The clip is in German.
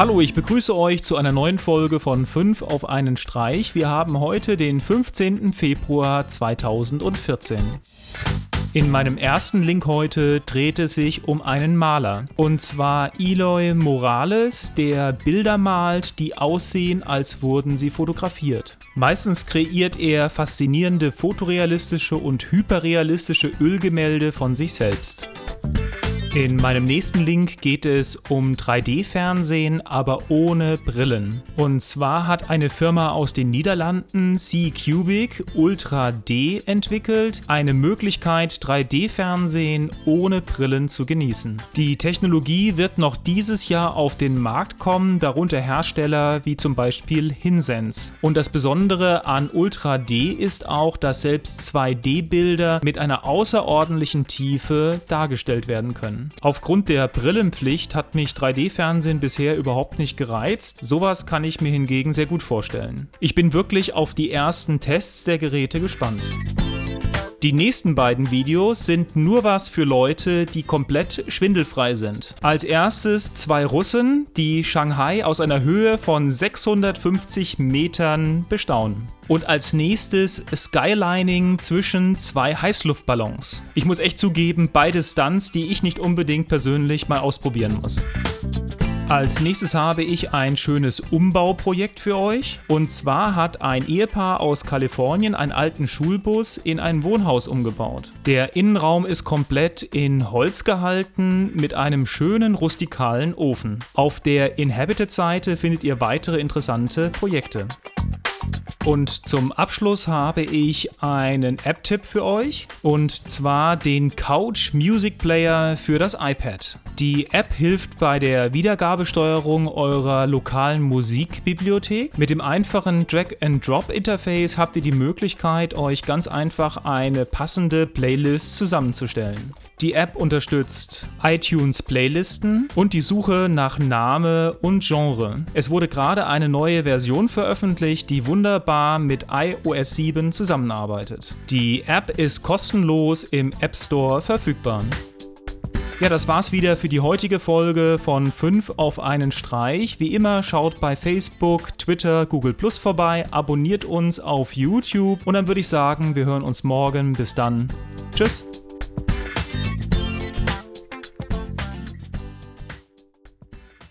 Hallo, ich begrüße euch zu einer neuen Folge von 5 auf einen Streich. Wir haben heute den 15. Februar 2014. In meinem ersten Link heute dreht es sich um einen Maler. Und zwar Eloy Morales, der Bilder malt, die aussehen, als wurden sie fotografiert. Meistens kreiert er faszinierende fotorealistische und hyperrealistische Ölgemälde von sich selbst. In meinem nächsten Link geht es um 3D-Fernsehen, aber ohne Brillen. Und zwar hat eine Firma aus den Niederlanden, C-Cubic Ultra D, entwickelt, eine Möglichkeit, 3D-Fernsehen ohne Brillen zu genießen. Die Technologie wird noch dieses Jahr auf den Markt kommen, darunter Hersteller wie zum Beispiel Hisense. Und das Besondere an Ultra D ist auch, dass selbst 2D-Bilder mit einer außerordentlichen Tiefe dargestellt werden können. Aufgrund der Brillenpflicht hat mich 3D-Fernsehen bisher überhaupt nicht gereizt. Sowas kann ich mir hingegen sehr gut vorstellen. Ich bin wirklich auf die ersten Tests der Geräte gespannt. Die nächsten beiden Videos sind nur was für Leute, die komplett schwindelfrei sind. Als erstes zwei Russen, die Shanghai aus einer Höhe von 650 Metern bestaunen. Und als nächstes Skylining zwischen zwei Heißluftballons. Ich muss echt zugeben, beide Stunts, die ich nicht unbedingt persönlich mal ausprobieren muss. Als nächstes habe ich ein schönes Umbauprojekt für euch. Und zwar hat ein Ehepaar aus Kalifornien einen alten Schulbus in ein Wohnhaus umgebaut. Der Innenraum ist komplett in Holz gehalten mit einem schönen rustikalen Ofen. Auf der Inhabited-Seite findet ihr weitere interessante Projekte. Und zum Abschluss habe ich einen App-Tipp für euch, und zwar den Couch Music Player für das iPad. Die App hilft bei der Wiedergabesteuerung eurer lokalen Musikbibliothek. Mit dem einfachen Drag-and-Drop-Interface habt ihr die Möglichkeit, euch ganz einfach eine passende Playlist zusammenzustellen. Die App unterstützt iTunes-Playlisten und die Suche nach Name und Genre. Es wurde gerade eine neue Version veröffentlicht, die wunderbar mit iOS 7 zusammenarbeitet. Die App ist kostenlos im App Store verfügbar. Ja, das war's wieder für die heutige Folge von 5 auf einen Streich. Wie immer, schaut bei Facebook, Twitter, Google Plus vorbei, abonniert uns auf YouTube und dann würde ich sagen, wir hören uns morgen. Bis dann. Tschüss.